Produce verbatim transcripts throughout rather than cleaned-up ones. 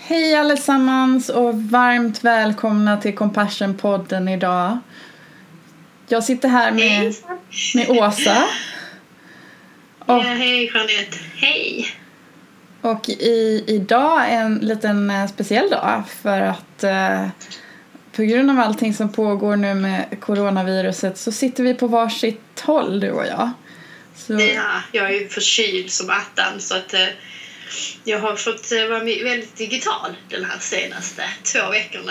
Hej allesammans och varmt välkomna till Compassion-podden idag. Jag sitter här med, med Åsa. Och, ja, hej Jeanette. Hej. Och i, idag är en liten speciell dag för att eh, på grund av allting som pågår nu med coronaviruset så sitter vi på varsitt håll, du och jag. Så... Ja, jag är ju förkyld som attan så att eh, jag har fått eh, vara väldigt digital den här senaste två veckorna.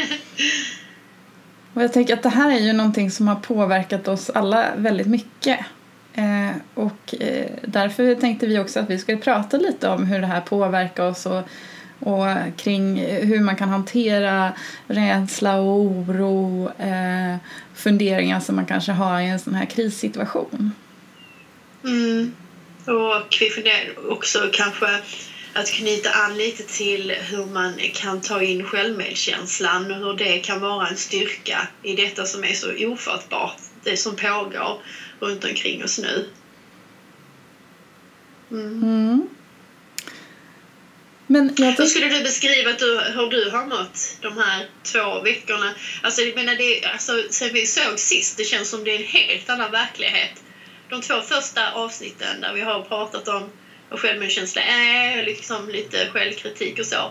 Och jag tänker att det här är ju någonting som har påverkat oss alla väldigt mycket. Eh, och eh, därför tänkte vi också att vi skulle prata lite om hur det här påverkar oss och, och kring hur man kan hantera rädsla och oro, eh, funderingar som man kanske har i en sån här krissituation. Mm. Och vi funderar också kanske att knyta an lite till hur man kan ta in självmedkänslan och hur det kan vara en styrka i detta som är så ofattbart, det som pågår runt omkring oss nu. Mm. Mm. Men jag hur skulle du beskriva att du, hur du har mått de här två veckorna? Alltså, jag menar det, alltså, sen vi såg sist, det känns som det är en helt annan verklighet. De två första avsnitten där vi har pratat om vad självmedkänsla är, liksom lite självkritik och så.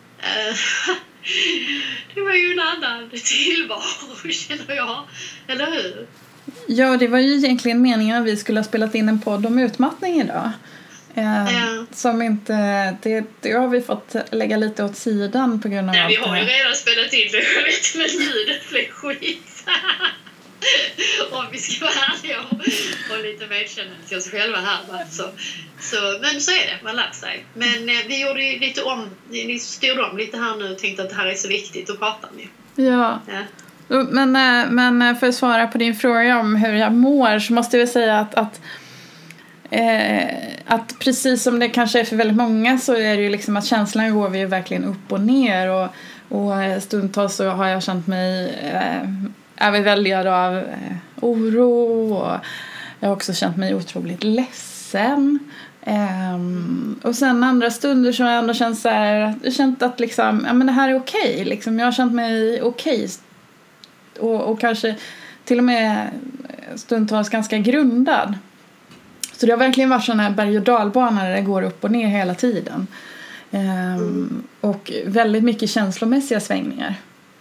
Det var ju en annan tillvaro, känner jag. Eller hur? Ja, det var ju egentligen meningen att vi skulle ha spelat in en podd om utmattning idag. Eh, ja. Som inte, det, det har vi fått lägga lite åt sidan på grund av Nej, allt vi har det ju redan spelat in det, jag vet, men ljudet blev skit. Om vi ska vara ärliga och, och lite medkännande till oss själva här. Så, så, men så är det, man lär sig. Men eh, vi gjorde ju lite om, vi styrde om lite här nu och tänkte att det här är så viktigt att prata med. Ja. Ja. Men, men för att svara på din fråga om hur jag mår så måste jag säga att, att, eh, att precis som det kanske är för väldigt många så är det ju liksom att känslan går vi ju verkligen upp och ner och, och stundtals så har jag känt mig eh, överväldigad av eh, oro och jag har också känt mig otroligt ledsen. Um, och sen andra stunder så har jag ändå känt så här, jag känt att liksom, ja, men det här är okej. Liksom, jag har känt mig okej. Och, och kanske till och med stundtals ganska grundad. Så det har verkligen varit sådana här berg- och dalbanor där det går upp och ner hela tiden. Um, mm. Och väldigt mycket känslomässiga svängningar.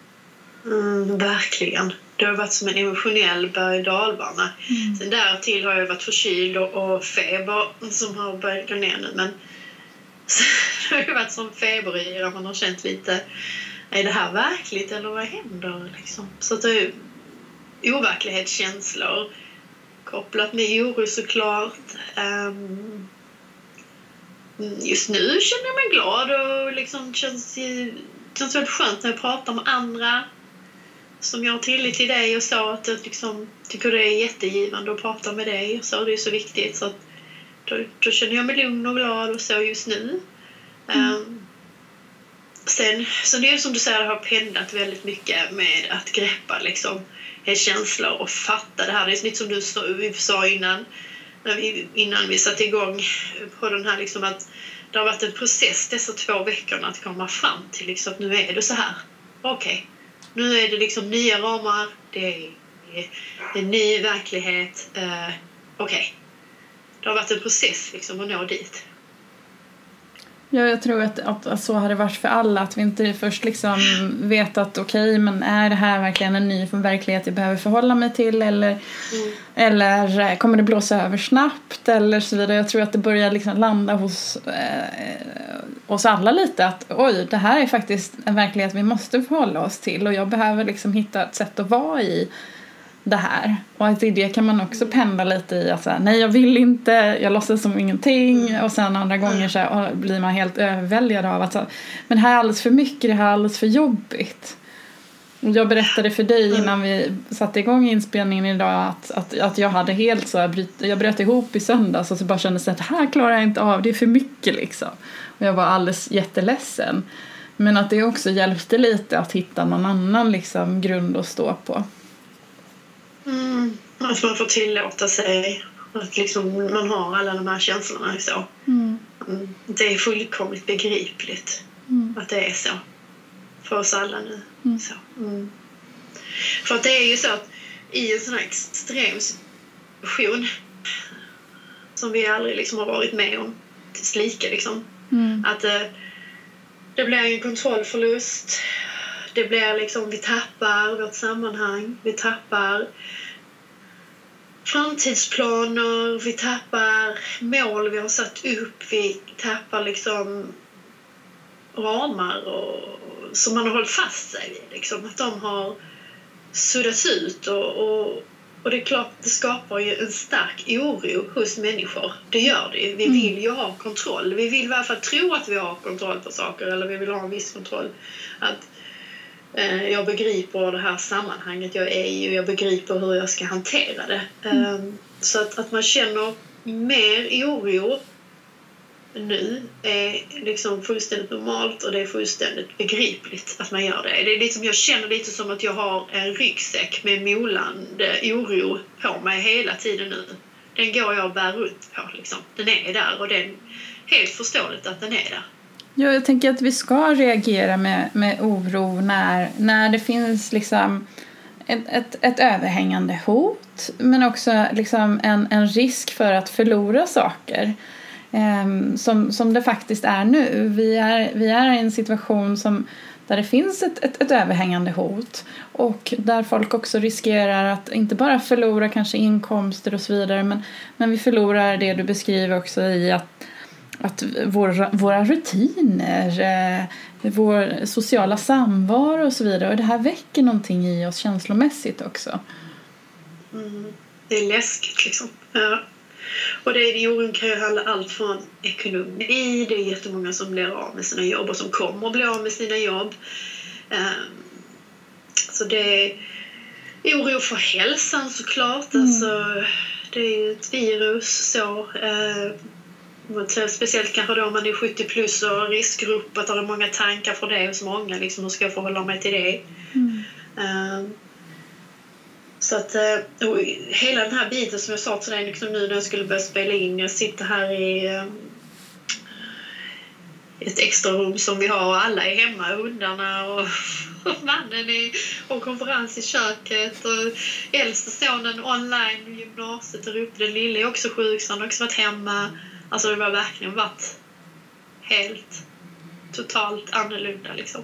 Mm, verkligen. Det har varit som en emotionell berg- och dalbana. Mm. Sen där till har jag varit förkyld och, och feber som har börjat gå ner nu. Men det har ju varit som feber i där man har känt lite, är det här verkligt eller vad händer? Liksom. Så det är overklighetskänslor kopplat med oro såklart. Um, just nu känner jag mig glad och liksom känns, känns väldigt skönt när jag pratar med andra som jag har tillit till dig och så att jag liksom tycker det är jättegivande att prata med dig och så, det är så viktigt så att då, då känner jag mig lugn och glad och så just nu. Mm. Um, sen, så det är som du säger, det har pendlat väldigt mycket med att greppa liksom känslor och fatta det här. Det är lite som du sa, vi sa innan när vi, innan vi satte igång på den här liksom att det har varit en process dessa två veckorna att komma fram till liksom att nu är det så här. Okej. Okay. Nu är det liksom nya ramar, det är, det är en ny verklighet. Uh, Okej. Okay. Det har varit en process liksom att nå dit. Ja, jag tror att, att, att så har det varit för alla. Att vi inte först liksom vet att okej, okay, men är det här verkligen en ny verklighet jag behöver förhålla mig till? Eller, mm. eller kommer det blåsa över snabbt? Eller så vidare. Jag tror att det börjar liksom landa hos eh, oss alla lite. Att oj, det här är faktiskt en verklighet vi måste förhålla oss till. Och jag behöver liksom hitta ett sätt att vara i det här. Och att i det kan man också pendla lite i att säga, nej jag vill inte, jag låtsas som ingenting. Mm. Och sen andra gånger så här, blir man helt överväldigad av att men det här är alldeles för mycket, det här är alldeles för jobbigt. Jag berättade för dig innan vi satte igång inspelningen idag att, att, att jag hade helt så här, jag bröt ihop i söndags och så bara kände att det här klarar jag inte av, det är för mycket liksom. Och jag var alldeles jätteledsen. Men att det också hjälpte lite att hitta någon annan liksom grund att stå på. Mm, att man får tillåta sig att liksom man har alla de här känslorna så. Mm. Det är fullkomligt begripligt. Mm. Att det är så. För oss alla nu. Mm. Så. Mm. För att det är ju så att i en sån här extrem situation som vi aldrig liksom har varit med om tills lika liksom. Mm. Att eh, det blir en kontrollförlust. Det blir liksom, vi tappar vårt sammanhang. Vi tappar framtidsplaner. Vi tappar mål vi har satt upp. Vi tappar liksom ramar och, som man har hållit fast sig vid. Liksom. Att de har suddats ut. Och, och, och det är klart, det skapar ju en stark oro hos människor. Det gör det. Vi vill ju ha kontroll. Vi vill i alla fall tro att vi har kontroll på saker. Eller vi vill ha en viss kontroll. Att eh, jag begriper det här sammanhanget jag är i. Och jag begriper hur jag ska hantera det. Mm. Eh, så att, att man känner mer oro nu är liksom fullständigt normalt och det är fullständigt begripligt att man gör det. Det är liksom, jag känner lite som att jag har en ryggsäck med molande oro på mig hela tiden nu. Den går jag och bär runt på liksom. Den är där och det är helt förståeligt att den är där. Ja, jag tänker att vi ska reagera med, med oro när, när det finns liksom ett, ett, ett överhängande hot men också liksom en, en risk för att förlora saker. Um, som, som det faktiskt är nu. Vi är, vi är i en situation som, där det finns ett, ett, ett överhängande hot och där folk också riskerar att inte bara förlora kanske inkomster och så vidare men, men vi förlorar det du beskriver också i att, att vår, våra rutiner, eh, vår sociala samvaro och så vidare, och det här väcker någonting i oss känslomässigt också. Mm, det är läskigt liksom. Ja. Och det är oron kan ju handla allt från ekonomi. Det är jättemånga som blir av med sina jobb och som kommer att bli av med sina jobb. Um, så det är oro för hälsan såklart. Mm. Alltså, det är ju ett virus så. Uh, speciellt kanske då om man är sjuttio plus och riskgrupp att det är många tankar för det hos många. Liksom, hur ska jag förhålla mig till det? Mm. Um, Så att och hela den här biten som jag sa till dig liksom nu när jag skulle börja spela in. Jag sitter här i um, ett extra rum som vi har och alla är hemma, hundarna och, och mannen är och konferens i köket och äldsta sonen online i gymnasiet där uppe. Den lilla är också sjuk så han har också varit hemma. Alltså det var verkligen varit helt totalt annorlunda liksom.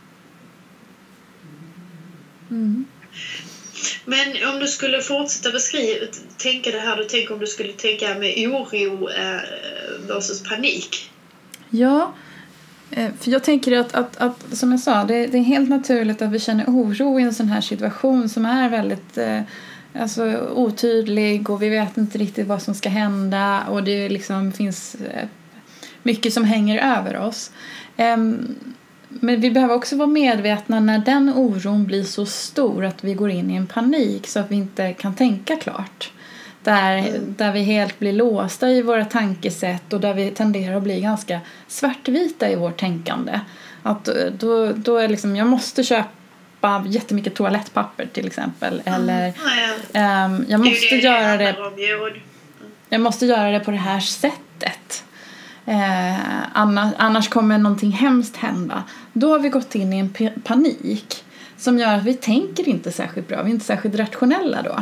Mm. Men om du skulle fortsätta beskriva, tänka det här, du tänker om du skulle tänka med oro eh, versus panik. Ja, för jag tänker att, att, att som jag sa, det, det är helt naturligt att vi känner oro i en sån här situation som är väldigt eh, alltså, otydlig och vi vet inte riktigt vad som ska hända och det liksom finns eh, mycket som hänger över oss. Eh, Men vi behöver också vara medvetna när den oron blir så stor att vi går in i en panik så att vi inte kan tänka klart. Där, mm. där vi helt blir låsta i våra tankesätt och där vi tenderar att bli ganska svartvita i vårt tänkande. Att då, då är liksom, jag måste köpa jättemycket toalettpapper till exempel. Mm. Eller mm. um, jag måste det det göra det, det jag måste göra det på det här sättet. Eh, annars, annars kommer någonting hemskt hända. Då har vi gått in i en p- panik som gör att vi tänker inte särskilt bra. Vi är inte särskilt rationella då.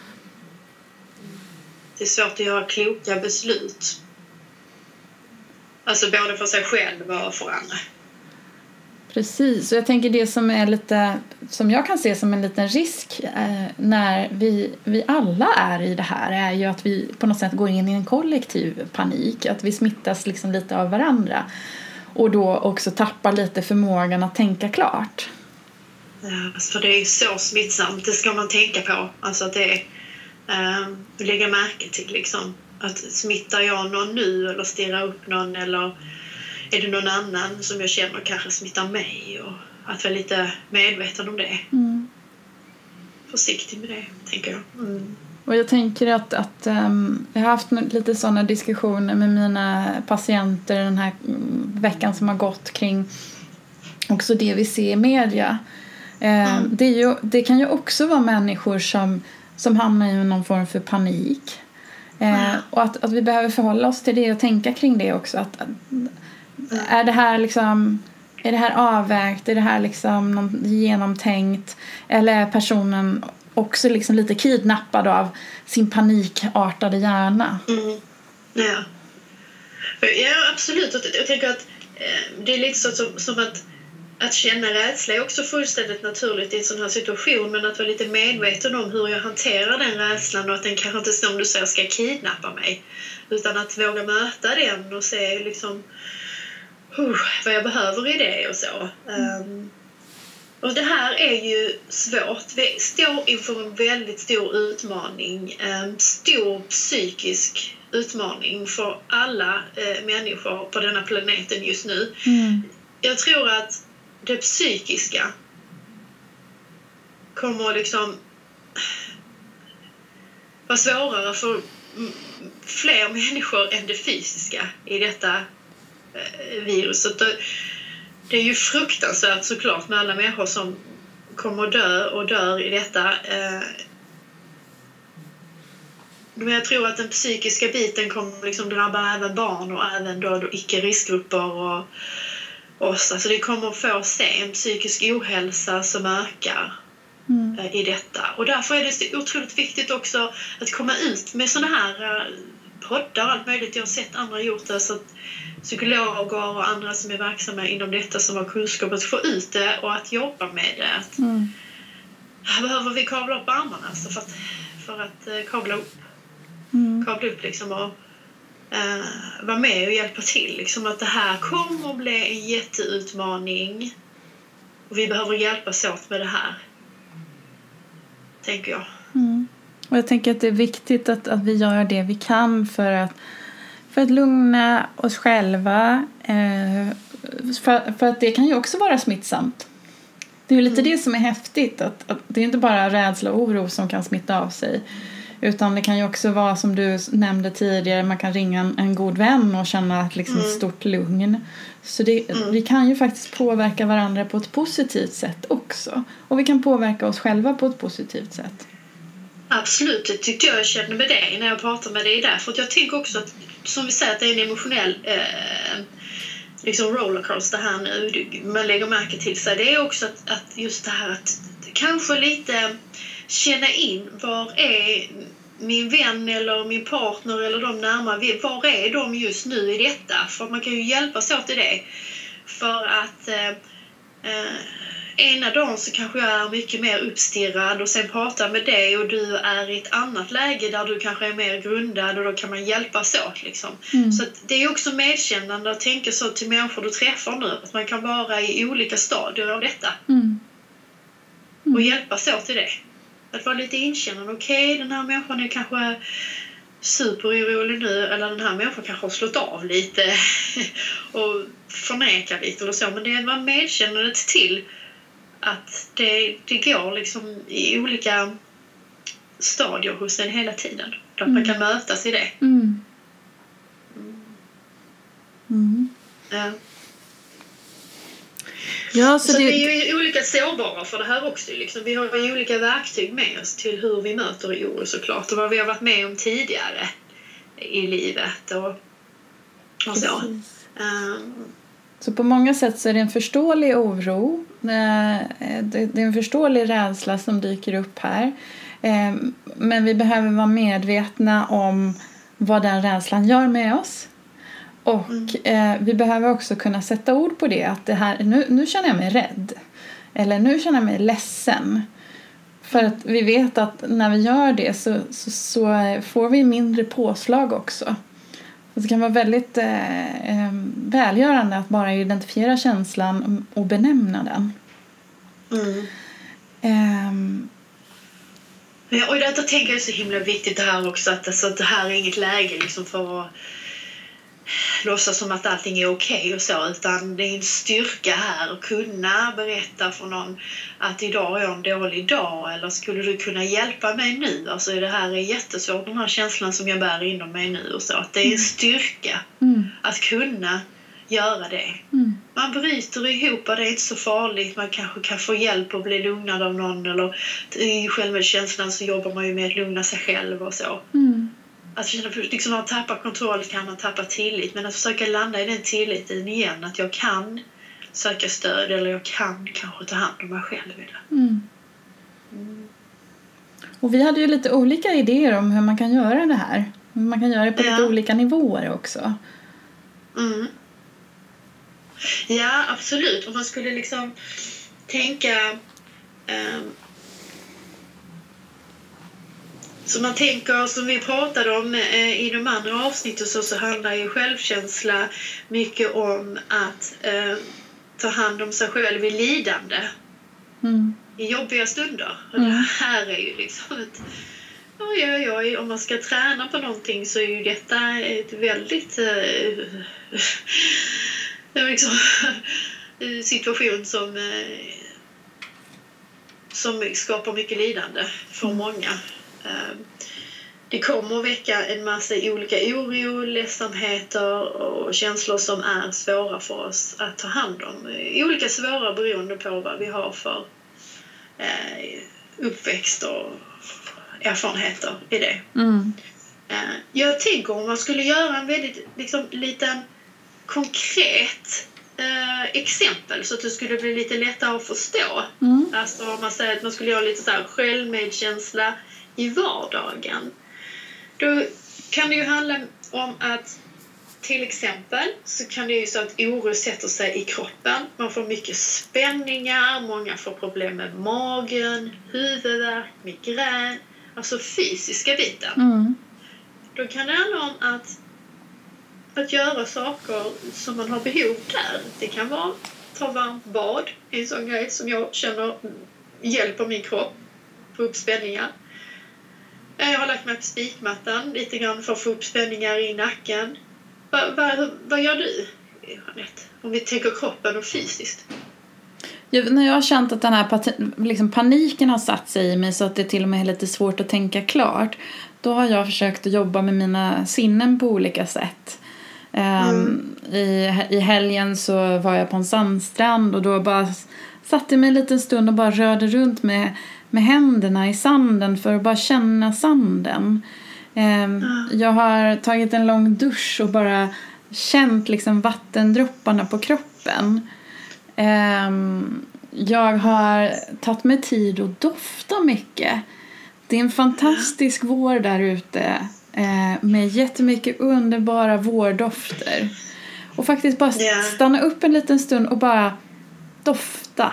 Det är svårt att göra kloka beslut. Alltså både för sig själv och för andra. Precis, och jag tänker det som är lite, som jag kan se som en liten risk eh, när vi, vi alla är i det här är ju att vi på något sätt går in i en kollektiv panik, att vi smittas liksom lite av varandra och då också tappar lite förmågan att tänka klart. Ja, för det är så smittsamt, det ska man tänka på, alltså att det är eh, lägga märke till liksom, att smittar jag någon nu eller stirrar upp någon eller är det någon annan som jag känner kanske smittar mig och att vara lite medveten om det. Mm. Försiktig med det, tänker jag. Mm. Och jag tänker att, att um, jag har haft lite sådana diskussioner med mina patienter den här veckan som har gått kring också det vi ser i media. Uh, mm. det, är ju, det kan ju också vara människor som, som hamnar i någon form för panik. Uh, mm. Och att, att vi behöver förhålla oss till det och tänka kring det också. Att, att, är det här liksom är det här avvägt? Är det här liksom någon genomtänkt? Eller är personen också liksom lite kidnappad av sin panikartade hjärna? Mm. Ja. Ja, absolut. Jag tänker att eh, det är lite så som, som att att känna rädsla är också fullständigt naturligt i en sån här situation, men att vara lite medveten om hur jag hanterar den rädslan och att den kanske inte, som du säger, ska kidnappa mig, utan att våga möta den och se liksom uh, vad jag behöver i det och så. Mm. Um, och det här är ju svårt. Vi står inför en väldigt stor utmaning, en stor psykisk utmaning för alla eh, människor på denna planeten just nu. Mm. Jag tror att det psykiska kommer liksom vara svårare för fler människor än det fysiska i detta viruset. Det är ju fruktansvärt såklart med alla människor som kommer dö och dör i detta. Men jag tror att den psykiska biten kommer liksom drabba även barn och även då, då icke-riskgrupper och oss. Alltså det kommer få se en psykisk ohälsa som ökar mm. i detta. Och därför är det så otroligt viktigt också att komma ut med såna här poddar och allt möjligt. Jag har sett andra gjort det, så att psykologer och andra som är verksamma inom detta som har kunskap att få ut det och att jobba med det. Att mm. här behöver vi kavla upp armarna alltså för att, för att kavla upp. Mm. Kavla upp liksom och Uh, vara med och hjälpa till liksom, att det här kommer att bli en jätteutmaning och vi behöver hjälpas åt med det här, tänker jag. Mm. Och jag tänker att det är viktigt att, att vi gör det vi kan för att, för att lugna oss själva, uh, för, för att det kan ju också vara smittsamt. Det är ju lite mm. det som är häftigt, att, att det är inte bara rädsla och oro som kan smitta av sig. Utan det kan ju också vara, som du nämnde tidigare, man kan ringa en, en god vän och känna ett liksom, mm. stort lugn. Så det, mm. vi kan ju faktiskt påverka varandra på ett positivt sätt också. Och vi kan påverka oss själva på ett positivt sätt. Absolut, det tyckte jag kände med dig när jag pratade med dig där. För att jag tänker också att, som vi säger, att det är en emotionell eh, liksom rollercoaster här nu. Man lägger märke till sig. Det är också att, att just det här att kanske lite känna in, var är min vän eller min partner eller de närmare, var är de just nu i detta? För man kan ju hjälpas åt i det. För att eh, eh, ena dagen så kanske jag är mycket mer uppstirrad och sen pratar med dig och du är i ett annat läge där du kanske är mer grundad och då kan man hjälpas åt liksom. Mm. Så att det är också medkännande att tänka så till människor du träffar nu, att man kan vara i olika stadier av detta. Mm. Mm. Och hjälpas åt i det. Att vara lite inkännande. Okej, okay, den här människan är kanske superorolig nu. Eller den här människan kanske har slått av lite. Och förnekar lite eller så. Men det är att vara medkännande till att det, det går liksom i olika stadier hos en hela tiden. Att mm. man kan mötas i det. Mm. Mm. Ja. Ja, så så det... vi är ju olika sårbara för det här också. Liksom. Vi har ju olika verktyg med oss till hur vi möter oro såklart. Och vad vi har varit med om tidigare i livet. Och, och så. Um... Så på många sätt så är det en förståelig oro. Det är en förståelig rädsla som dyker upp här. Men vi behöver vara medvetna om vad den rädslan gör med oss. Och mm. eh, vi behöver också kunna sätta ord på det. Att det här, nu, nu känner jag mig rädd. Eller nu känner jag mig ledsen. För att vi vet att när vi gör det så, så, så får vi mindre påslag också. Så det kan vara väldigt eh, eh, välgörande att bara identifiera känslan och benämna den. Mm. Um, ja, och detta tänker jag är så himla viktigt det här också. Att alltså, det här är inget läge liksom för att låtsas som att allting är okej okay och så, utan det är en styrka här att kunna berätta för någon att idag är en dålig dag, eller skulle du kunna hjälpa mig nu, alltså det här är jättesvårt, den här känslan som jag bär inom mig nu och så, att det är en styrka mm. att kunna göra det. Mm. Man bryter ihop och det är inte så farligt, man kanske kan få hjälp och bli lugnad av någon, eller i självmedkänslan så jobbar man ju med att lugna sig själv och så. Mm. Att liksom man tappar kontroll kan man tappa tillit, men att försöka landa i den tilliten igen, att jag kan söka stöd, eller jag kan kanske ta hand om mig själv i det. Mm. Mm. Och vi hade ju lite olika idéer om hur man kan göra det här. Man kan göra det på Ja. lite olika nivåer också. Mm. Ja, absolut. Om man skulle liksom tänka um, så man tänker, som vi pratade om eh, i de andra avsnitten, så, så handlar ju självkänsla mycket om att eh, ta hand om sig själv i lidande. Mm. I jobbiga stunder. Och Mm. det här är ju liksom ett... Oj, oj, oj. Om man ska träna på någonting så är ju detta ett väldigt... Eh, det är liksom situation som, eh, som skapar mycket lidande för Mm. många. Eh, det kommer att väcka en massa olika oro, ledsamheter och känslor som är svåra för oss att ta hand om. Olika svåra beroende på vad vi har för eh, uppväxt och erfarenheter i det. Mm. Eh, jag tänker om man skulle göra en väldigt liksom, liten konkret eh, exempel så att det skulle bli lite lättare att förstå. Mm. Alltså om man säger att man skulle göra lite så här självmedkänsla i vardagen. Då kan det ju handla om att till exempel så kan det ju så att oro sätter sig i kroppen. Man får mycket spänningar, många får problem med magen, huvudvärk, migrän, alltså fysiska bitar. Mm. Då kan det handla om att, att göra saker som man har behov där. Det kan vara ta varmt bad, en sån grej som jag känner hjälper min kropp få upp spänningar. Jag har lagt mig på spikmattan lite grann för att få upp spänningar i nacken. Va, va, vad gör du, Jeanette? Om vi tänker kroppen och fysiskt. Jag, när jag har känt att den här pati- liksom paniken har satt sig i mig så att det till och med är lite svårt att tänka klart, då har jag försökt att jobba med mina sinnen på olika sätt. Um, mm. i, I helgen så var jag på en sandstrand och då bara satte jag mig en liten stund och bara rörde runt med, med händerna i sanden för att bara känna sanden. Um, mm. Jag har tagit en lång dusch och bara känt liksom vattendropparna på kroppen. Um, jag har tagit mig tid att dofta mycket. Det är en fantastisk vår där ute eh, med jättemycket underbara vårdofter. Och faktiskt bara stanna upp en liten stund och bara dofta.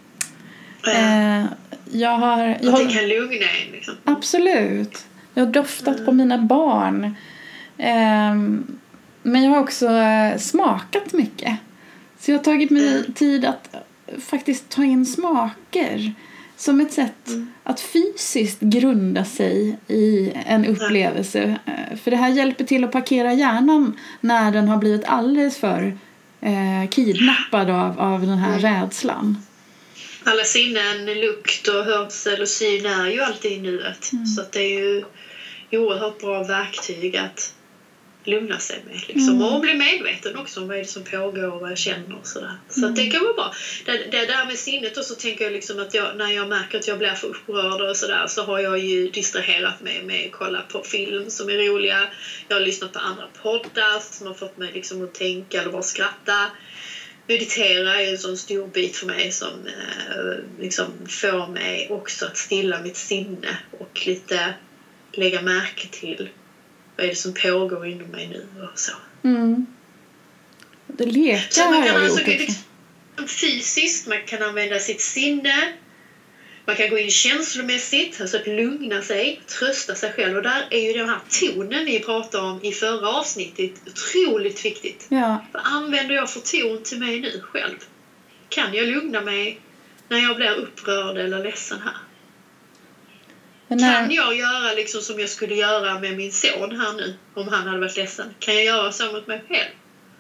Eh, jag har, jag har, det kan lugna en liksom. Absolut. Jag har doftat mm. på mina barn. Eh, men jag har också eh, smakat mycket. Så jag har tagit mig mm. tid att faktiskt ta in smaker som ett sätt mm. att fysiskt grunda sig i en upplevelse. Mm. För det här hjälper till att parkera hjärnan när den har blivit alldeles för eh, kidnappad av, av den här mm. rädslan. Alla sinnen, lukt och hörsel och syn är ju alltid i nuet. Mm. Så att det är ju oerhört bra verktyg att lugna sig med. Liksom. Mm. Och bli medveten också om vad är det som pågår och vad jag känner och sådär. Så mm. att det kan vara bra. Det, det där med sinnet, och så tänker jag liksom att jag, när jag märker att jag blir för upprörd och sådär, så har jag ju distraherat mig med att kolla på film som är roliga. Jag har lyssnat på andra poddar som har fått mig liksom att tänka eller bara skratta. Meditera är en sån stor bit för mig som eh, liksom får mig också att stilla mitt sinne och lite lägga märke till vad är det som pågår inom mig nu och så. Mm. Det lekar så man kan har alltså gjort gå fysiskt, man kan använda sitt sinne, man kan gå in känslomässigt, alltså att lugna sig, trösta sig själv. Och där är ju den här tonen vi pratade om i förra avsnittet otroligt viktigt. Ja. Vad använder jag för ton till mig nu själv? Kan jag lugna mig när jag blir upprörd eller ledsen här? När... Kan jag göra liksom som jag skulle göra med min son här nu om han hade varit ledsen? Kan jag göra så mot mig själv?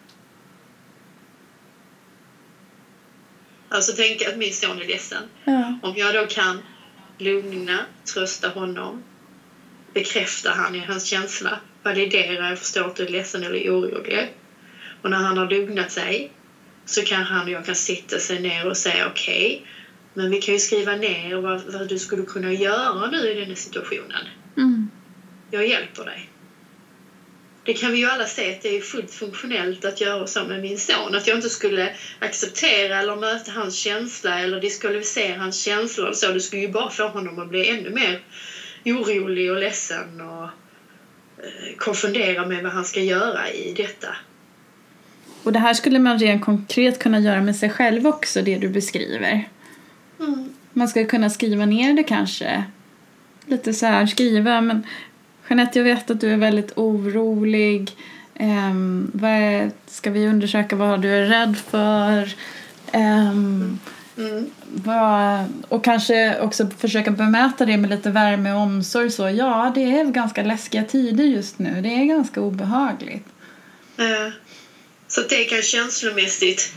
Alltså tänka att min son är ledsen. Ja. Om jag då kan lugna, trösta honom, bekräfta han i hans känsla, validera, jag förstår att du är ledsen eller orolig. Och när han har lugnat sig så kan han och jag kan sitta sig ner och säga okej, okay, men vi kan ju skriva ner vad, vad du skulle kunna göra nu i den här situationen. Mm. Jag hjälper dig. det kan vi ju alla se att det är fullt funktionellt att göra så med min son. Att jag inte skulle acceptera eller möta hans känsla eller diskvalificera hans känslor. Så det skulle ju bara få honom att bli ännu mer orolig och ledsen och eh, konfundera med vad han ska göra i detta. Och det här skulle man rent konkret kunna göra med sig själv också, det du beskriver. Mm. Man ska kunna skriva ner det kanske. Lite så här, skriva, men Jeanette, jag vet att du är väldigt orolig. Um, vad är, ska vi undersöka vad du är rädd för? Um, mm. vad, och kanske också försöka bemöta det med lite värme och omsorg. Så, ja, det är ganska läskiga tider just nu. Det är ganska obehagligt. Uh, så det kan känslomässigt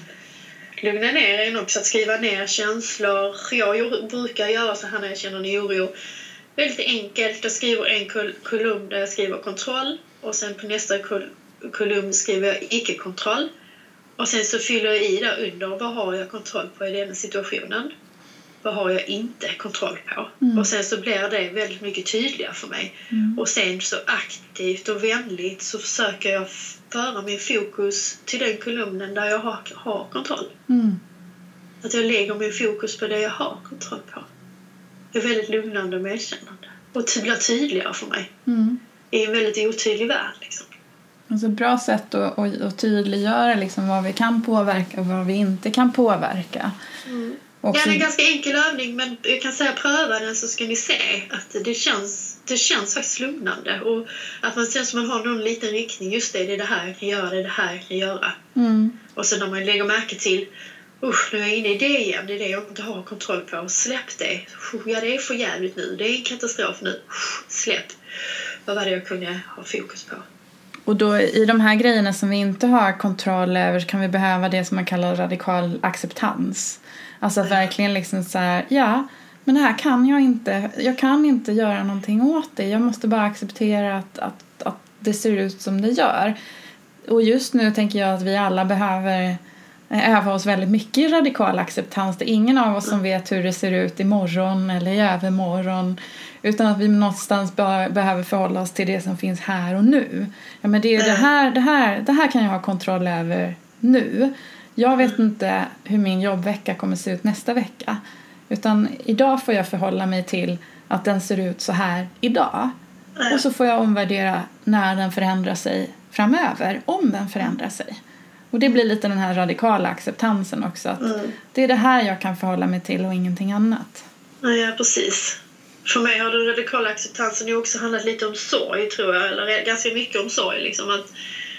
lugna ner en också. Att skriva ner känslor. Jag brukar göra så här när jag känner en oro. Väldigt enkelt. Jag skriver en kol- kolumn där jag skriver kontroll. Och sen på nästa kol- kolumn skriver jag icke-kontroll. Och sen så fyller jag i där under. Vad har jag kontroll på i den situationen? Vad har jag inte kontroll på? Mm. Och sen så blir det väldigt mycket tydligare för mig. Mm. Och sen så aktivt och vänligt så försöker jag föra min fokus till den kolumnen där jag har, har kontroll. Mm. Att jag lägger min fokus på det jag har kontroll på. Det är väldigt lugnande och medkännande. Och det blir tydligare för mig. Mm. I en väldigt otydlig värld. Liksom. Alltså bra sätt att, att, att tydliggöra liksom vad vi kan påverka och vad vi inte kan påverka. Mm. Ja, det är en ganska enkel övning, men jag kan säga pröva den så ska ni se att det känns, det känns faktiskt lugnande. Och att man känns som man har någon liten riktning. Just det, det är det här jag kan göra, det är det här jag kan göra. Mm. Och sen när man lägger märke till usch, nu är jag inne i det igen. Det är det jag inte har kontroll på. Släpp det. Ja, det är för jävligt nu. Det är en katastrof nu. Släpp. Vad var det jag kunde ha fokus på? Och då i de här grejerna som vi inte har kontroll över kan vi behöva det som man kallar radikal acceptans. Alltså att verkligen liksom så här, ja, men det här kan jag inte. Jag kan inte göra någonting åt det. Jag måste bara acceptera att, att, att det ser ut som det gör. Och just nu tänker jag att vi alla behöver öva oss väldigt mycket i radikal acceptans. Det är ingen av oss som vet hur det ser ut imorgon eller i övermorgon. Utan att vi någonstans be- behöver förhålla oss till det som finns här och nu. Ja, men det är det här, det här, det här kan jag ha kontroll över nu. Jag vet inte hur min jobbvecka kommer se ut nästa vecka. Utan idag får jag förhålla mig till att den ser ut så här idag. Och så får jag omvärdera när den förändrar sig framöver. Om den förändrar sig. Och det blir lite den här radikala acceptansen också. Att mm. det är det här jag kan förhålla mig till och ingenting annat. Ja, precis. För mig har den radikala acceptansen ju också handlat lite om sorg, tror jag. Eller ganska mycket om sorg. Liksom att,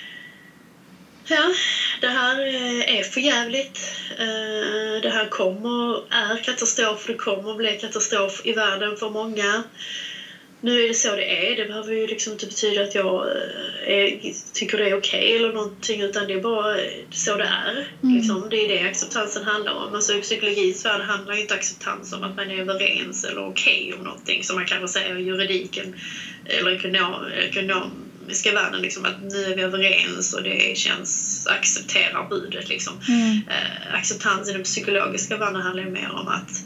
ja, det här är för jävligt. Det här kommer, är katastrof. Det kommer bli katastrof i världen för många. Nu är det så det är. Det behöver ju liksom inte betyda att jag är, tycker det är okej eller någonting, utan det är bara så det är. Mm. Liksom, det är det acceptansen handlar om. Alltså i psykologins värld handlar ju inte acceptans om att man är överens eller okej om någonting, som man kanske säger i juridiken eller ekonom, ekonomiska världen. Liksom, att nu är vi överens och det känns, accepterar budet. Liksom. Mm. Eh, acceptans i den psykologiska världen handlar ju mer om att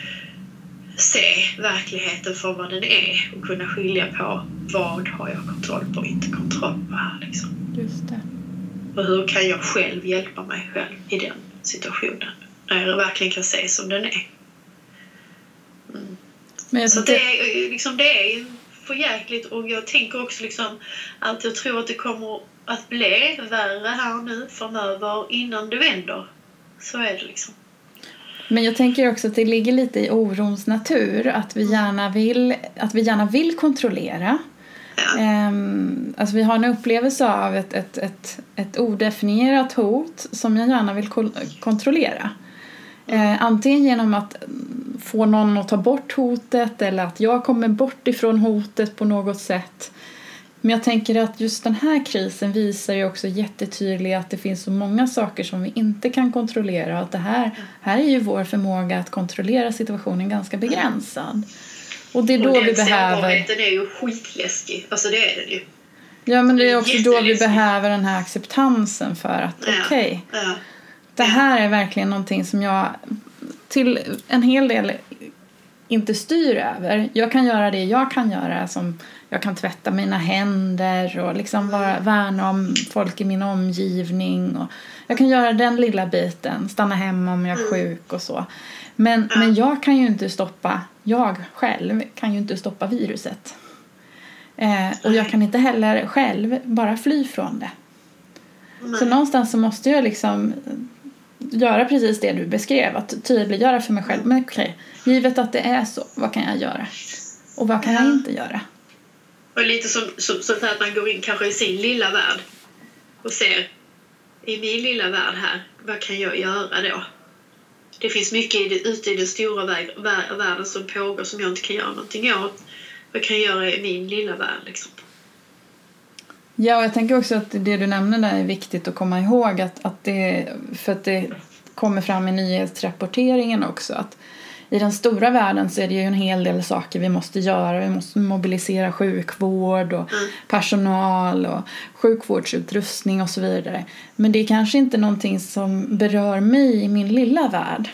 se verkligheten för vad den är och kunna skilja på vad har jag kontroll på och inte kontroll på här. Liksom. Just det. Och hur kan jag själv hjälpa mig själv i den situationen när jag verkligen kan se som den är. Mm. Men jag Så det är, liksom, det är för jäkligt, och jag tänker också liksom att jag tror att det kommer att bli värre här nu framöver innan det vänder. Så är det liksom. Men jag tänker också att det ligger lite i orons natur att vi gärna vill, att vi gärna vill kontrollera. Ja. Um, alltså vi har en upplevelse av ett, ett, ett, ett odefinierat hot som jag gärna vill ko- kontrollera. Uh, antingen genom att få någon att ta bort hotet eller att jag kommer bort ifrån hotet på något sätt. Men jag tänker att just den här krisen visar ju också jättetydligt att det finns så många saker som vi inte kan kontrollera. Och att det här, här är ju vår förmåga att kontrollera situationen ganska begränsad. Och det är då och vi behöver... Den är ju skitläskig. Alltså det är den ju. Ja, men det är också då vi behöver den här acceptansen för att ja. okej, okay, ja. det här är verkligen någonting som jag till en hel del inte styr över. Jag kan göra det jag kan göra som jag kan tvätta mina händer och liksom vara, värna om folk i min omgivning. Och jag kan göra den lilla biten, stanna hemma om jag är sjuk och så. Men, ja. men jag kan ju inte stoppa, jag själv kan ju inte stoppa viruset. Eh, och jag kan inte heller själv bara fly från det. Nej. Så någonstans så måste jag liksom göra precis det du beskrev. Att tydliggöra för mig själv. Men okej, givet att det är så, vad kan jag göra? Och vad kan ja. jag inte göra? Och lite som, som, som att man går in kanske i sin lilla värld. Och ser, i min lilla värld här, vad kan jag göra då? Det finns mycket i det, ute i den stora vär, vär, världen som pågår som jag inte kan göra någonting åt. Vad kan jag göra i min lilla värld liksom? Ja, och jag tänker också att det du nämner där är viktigt att komma ihåg. Att, att det, för att det kommer fram i nyhetsrapporteringen också. Att i den stora världen så är det ju en hel del saker vi måste göra. Vi måste mobilisera sjukvård och mm. personal och sjukvårdsutrustning och så vidare. Men det är kanske inte någonting som berör mig i min lilla värld.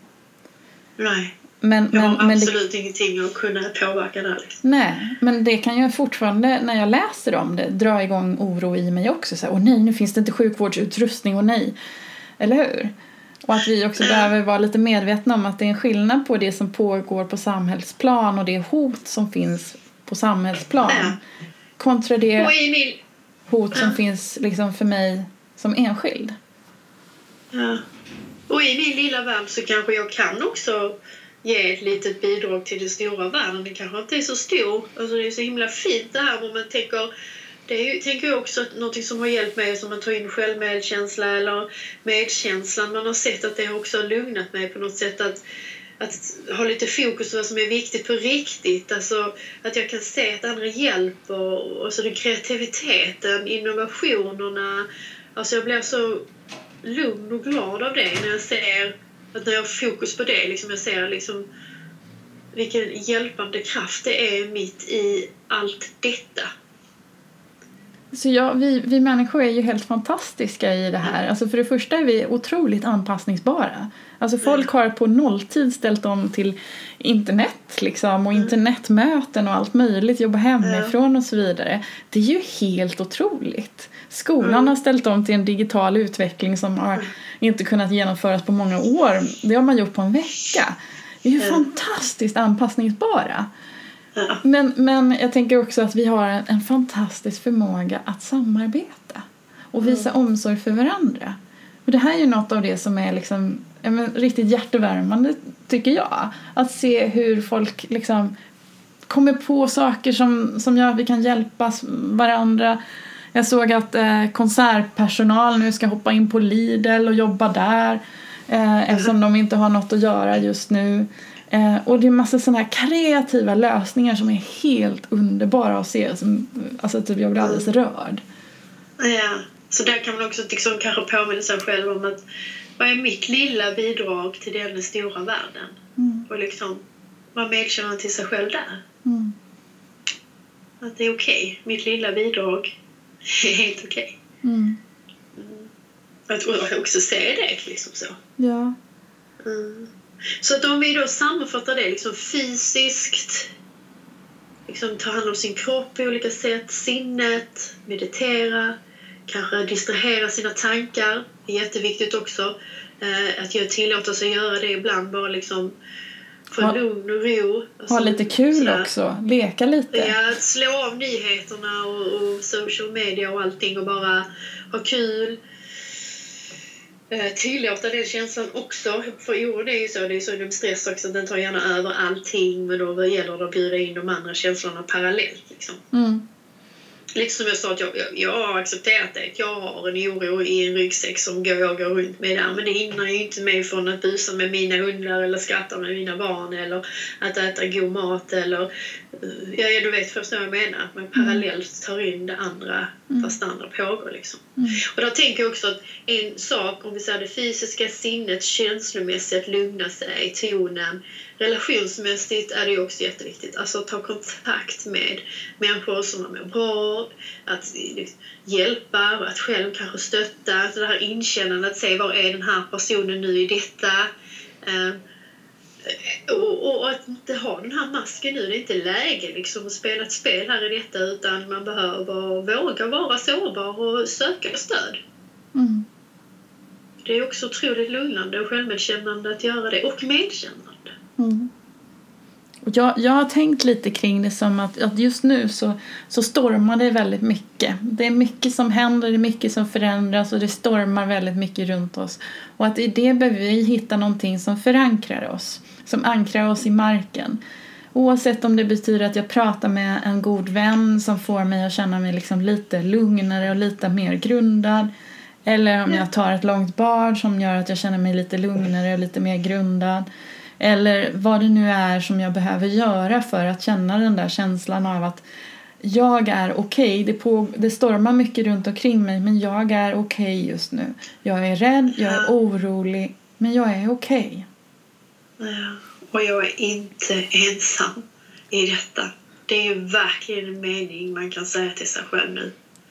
Nej. Men, jag har men, absolut men det, ingenting att kunna påverka där. Liksom. Nej, men det kan ju fortfarande, när jag läser om det, dra igång oro i mig också. Så här, åh nej, nu finns det inte sjukvårdsutrustning, och nej. Eller hur? Och att vi också mm. behöver vara lite medvetna om att det är en skillnad på det som pågår på samhällsplan och det hot som finns på samhällsplan. Mm. Kontra det min... hot som mm. finns liksom för mig som enskild. Ja. Och i min lilla värld så kanske jag kan också ge ett litet bidrag till den stora världen. Det kanske inte är så stor. Alltså det är så himla fint det här. Men man tänker, det är ju, tänker jag också att något som har hjälpt mig, som man tar in självmedkänsla eller medkänslan. Man har sett att det också har lugnat mig på något sätt. Att, att ha lite fokus på vad som är viktigt på riktigt. Alltså att jag kan se att andra hjälper. Och så den kreativiteten, innovationerna. Alltså jag blir så lugn och glad av det när jag ser att när jag har fokus på det, liksom jag ser liksom vilken hjälpande kraft det är mitt i allt detta. Så ja, vi, vi människor är ju helt fantastiska i det här. Alltså för det första är vi otroligt anpassningsbara. Alltså folk har på nolltid ställt om till internet liksom, och internetmöten och allt möjligt, jobba hemifrån och så vidare. Det är ju helt otroligt. Skolan mm. har ställt om till en digital utveckling som har mm. inte kunnat genomföras på många år. Det har man gjort på en vecka. Det är ju mm. fantastiskt anpassningsbara. Mm. Men, men jag tänker också att vi har en, en fantastisk förmåga att samarbeta och visa mm. omsorg för varandra. Och det här är ju något av det som är liksom, ja, men, riktigt hjärtevärmande, tycker jag. Att se hur folk liksom kommer på saker som, som gör att vi kan hjälpa varandra. Jag såg att eh, konsertpersonal nu ska hoppa in på Lidl och jobba där. Eh, mm. Eftersom de inte har något att göra just nu. Eh, och det är massa sådana här kreativa lösningar som är helt underbara att se. Som, alltså typ jag blir alldeles rörd. Ja, så där kan man också liksom kanske påminna sig själv om att vad är mitt lilla bidrag till den stora världen? Mm. Och liksom vara medkännande till sig själv där. Mm. Att det är okej. Okay. Mitt lilla bidrag är helt okej. Okay. Mm. Mm. Jag tror jag också ser det liksom så. Ja. Mm. Så att om vi då sammanfattar det liksom fysiskt, liksom ta hand om sin kropp på olika sätt, sinnet, meditera, kanske distrahera sina tankar, det är jätteviktigt också. Eh, att jag tillåter sig att göra det ibland, bara liksom få ha, lugn och ro. Alltså, ha lite kul sådär. Också, leka lite. Ja, slå av nyheterna och, och social media och allting och bara ha kul. Eh, tillåta den känslan också, för oron är ju så, det är så inom stress också, den tar gärna över allting, men då gäller det att bjuda in de andra känslorna parallellt liksom. Mm. Lite som jag sa, att jag, jag, jag har accepterat det, jag har en oro i en ryggsäck som går, jag går runt med där, men det hindrar ju inte mig från att busa med mina hundar eller skratta med mina barn eller att äta god mat eller, ja du vet först vad jag menar, att man parallellt tar in det andra mm. fast det andra pågår liksom. Mm. Och då tänker jag också att en sak, om vi säger det fysiska, sinnet, känslomässigt, lugna sig, tonen, relationsmässigt är det också jätteviktigt. Alltså ta kontakt med människor som man mår bra, att hjälpa, att själv kanske stötta, alltså det här inkännandet, att se var är den här personen nu i detta. Och, och att inte ha den här masken nu, det är inte läge liksom att spela ett spel här i detta, utan man behöver våga vara sårbar och söka stöd. Mm. Det är också otroligt lugnande och självmedkännande att göra det, och medkännande. Mm. Jag, jag har tänkt lite kring det som att, att just nu så, så stormar det väldigt mycket. Det är mycket som händer, det är mycket som förändras och det stormar väldigt mycket runt oss. Och att i det behöver vi hitta någonting som förankrar oss, som ankrar oss i marken. Oavsett om det betyder att jag pratar med en god vän som får mig att känna mig liksom lite lugnare och lite mer grundad. Eller om jag tar ett långt bad som gör att jag känner mig lite lugnare och lite mer grundad. Eller vad det nu är som jag behöver göra för att känna den där känslan av att jag är okej. Okay. Det, på, det stormar mycket runt omkring mig, men jag är okej okay just nu. Jag är rädd, jag är orolig, men jag är okej. Okay. Ja, och jag är inte ensam i detta. Det är ju verkligen en mening man kan säga till sig själv nu.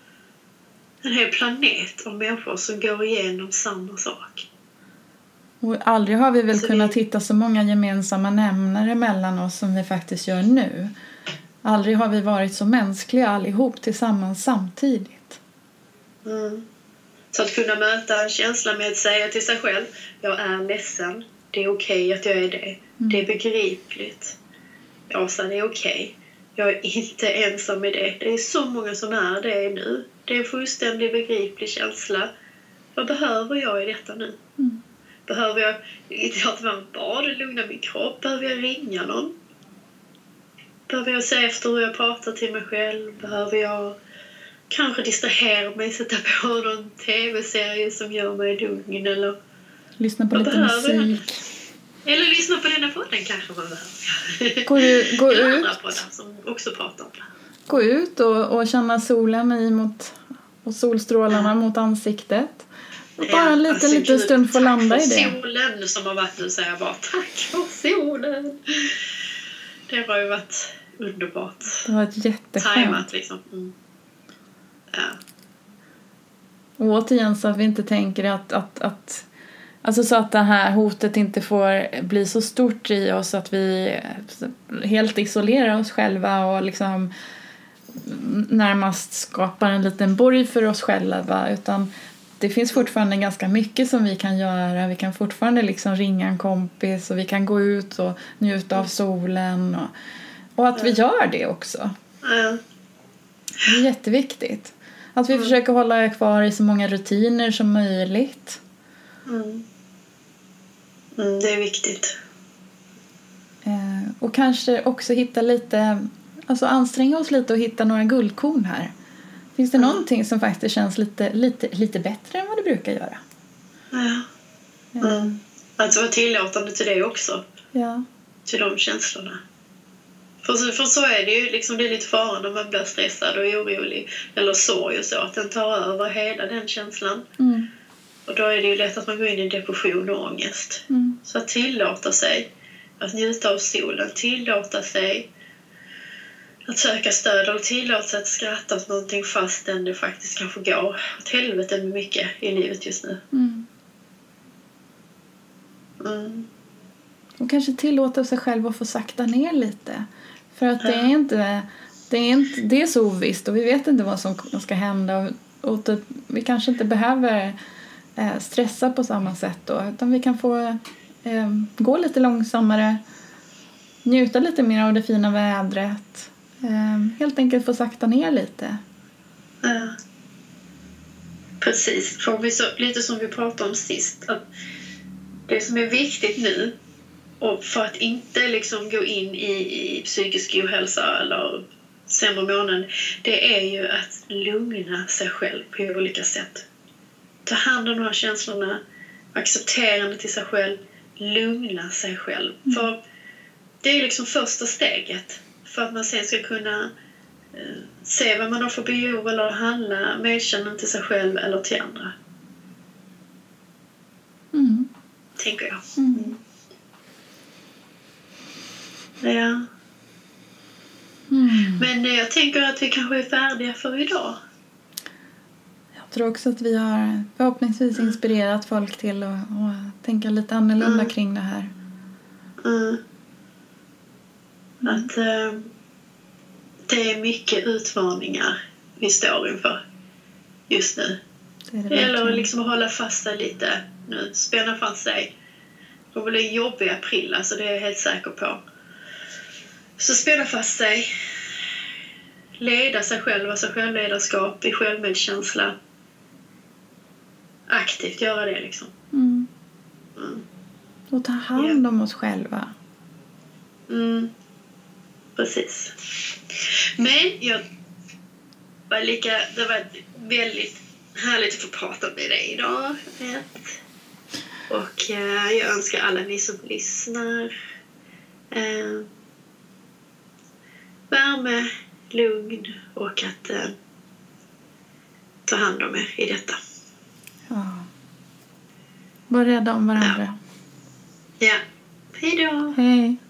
En hel planet av människor som går igenom samma sak. Och aldrig har vi väl så kunnat det... hitta så många gemensamma nämnare mellan oss som vi faktiskt gör nu. Aldrig har vi varit så mänskliga allihop tillsammans samtidigt. Mm. Så att kunna möta en känsla med att säga till sig själv, jag är ledsen, det är okej att jag är det. Mm. Det är begripligt. Ja, så det är okej. Jag är inte ensam i det. Det är så många som är det nu. Det är en fullständig begriplig känsla. Vad behöver jag i detta nu? Mm. Behöver jag inte ha ett bad, lugna min kropp? Behöver jag ringa någon? Behöver jag se efter hur jag pratar till mig själv? Behöver jag kanske distrahera mig, sätta på någon tv-serie som gör mig lugn? Eller lyssna på lite musik. Jag? Eller lyssna på den här podden kanske man behöver. Gå, ut, gå eller ut. andra poddar som också pratar om det. Gå ut och, och känna solen i mot, och solstrålarna ja. mot ansiktet. Och bara en liten, alltså, liten stund få landa i det. Tack för solen som har varit nu, säger jag bara. Tack för solen. Det har ju varit underbart. Det var ett jätteskönt. Tajmat liksom. Mm. Ja. Och återigen så att vi inte tänker att, att, att alltså så att det här hotet inte får bli så stort i oss att vi helt isolerar oss själva och liksom närmast skapar en liten borg för oss själva, utan det finns fortfarande ganska mycket som vi kan göra. Vi kan fortfarande liksom ringa en kompis och vi kan gå ut och njuta av solen och, och att vi gör det också. Det är jätteviktigt. Att vi mm. försöker hålla kvar i så många rutiner som möjligt. Mm. Mm, det är viktigt. Eh, och kanske också hitta lite, alltså anstränga oss lite och hitta några guldkorn här. Finns det mm. någonting som faktiskt känns lite, lite, lite bättre än vad det brukar göra? Ja. Mm. Att vara tillåtande till det också. Ja. Till de känslorna. För, för så är det ju liksom, det är lite fara när man blir stressad och orolig eller sorg och så, att den tar över hela den känslan. Mm. Och då är det ju lätt att man går in i depression och ångest. Mm. Så att tillåta sig att njuta av solen, tillåta sig att söka stöd och tillåta sig att skratta åt någonting fastän det faktiskt kanske går åt helvete med mycket i livet just nu. Mm. Mm. Och kanske tillåta sig själv att få sakta ner lite. För att det är inte, det är inte, det är så ovisst och vi vet inte vad som ska hända. Och, och typ, vi kanske inte behöver eh, stressa på samma sätt då. Utan vi kan få eh, gå lite långsammare. Njuta lite mer av det fina vädret. Eh, helt enkelt få sakta ner lite. Ja. Precis. För vi så, lite som vi pratade om sist. Att det som är viktigt nu, och för att inte liksom gå in i, i psykisk ohälsa eller sämre månaden, det är ju att lugna sig själv på olika sätt. Ta hand om de här känslorna, accepterande till sig själv, lugna sig själv. Mm. För det är liksom första steget för att man sen ska kunna eh, se vad man har för behov eller handla medkännande till sig själv eller till andra. Mm. Tänker jag. Mm. Mm. Ja. Mm. Men jag tänker att vi kanske är färdiga för idag. Jag tror också att vi har förhoppningsvis inspirerat folk till att, att tänka lite annorlunda mm. kring det här. Mm. Att eh, det är mycket utmaningar vi står inför just nu. Det är det Det gäller verkligen. liksom att hålla fast sig lite nu, spänna fast sig. Det blir jobbig april, alltså det är jag helt säker på. Så spänna fast sig, leda sig själv, alltså självledarskap, i självmedkänsla. Aktivt göra det liksom. Mm. Mm. Och ta hand om oss själva. Mm. Precis. Men jag var lika, det var väldigt härligt att få prata med dig idag. Vet. Och eh, jag önskar alla ni som lyssnar eh, värme, lugn och att eh, ta hand om er i detta. Ja. Var rädda om varandra. Ja. Ja. Hej då. Hej.